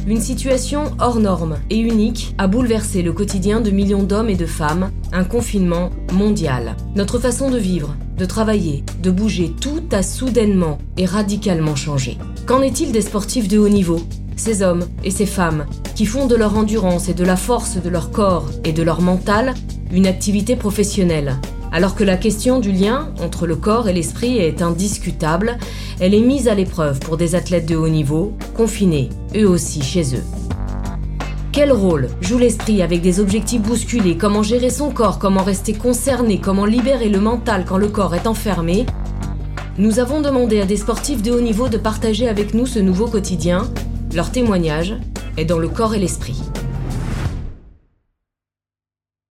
Une situation hors norme et unique a bouleversé le quotidien de millions d'hommes et de femmes, un confinement mondial. Notre façon de vivre, de travailler, de bouger, tout a soudainement et radicalement changé. Qu'en est-il des sportifs de haut niveau ? Ces hommes et ces femmes qui font de leur endurance et de la force de leur corps et de leur mental une activité professionnelle. Alors que la question du lien entre le corps et l'esprit est indiscutable, elle est mise à l'épreuve pour des athlètes de haut niveau, confinés, eux aussi chez eux. Quel rôle joue l'esprit avec des objectifs bousculés? Comment gérer son corps? Comment rester concerné? Comment libérer le mental quand le corps est enfermé? Nous avons demandé à des sportifs de haut niveau de partager avec nous ce nouveau quotidien. Leur témoignage est dans le corps et l'esprit.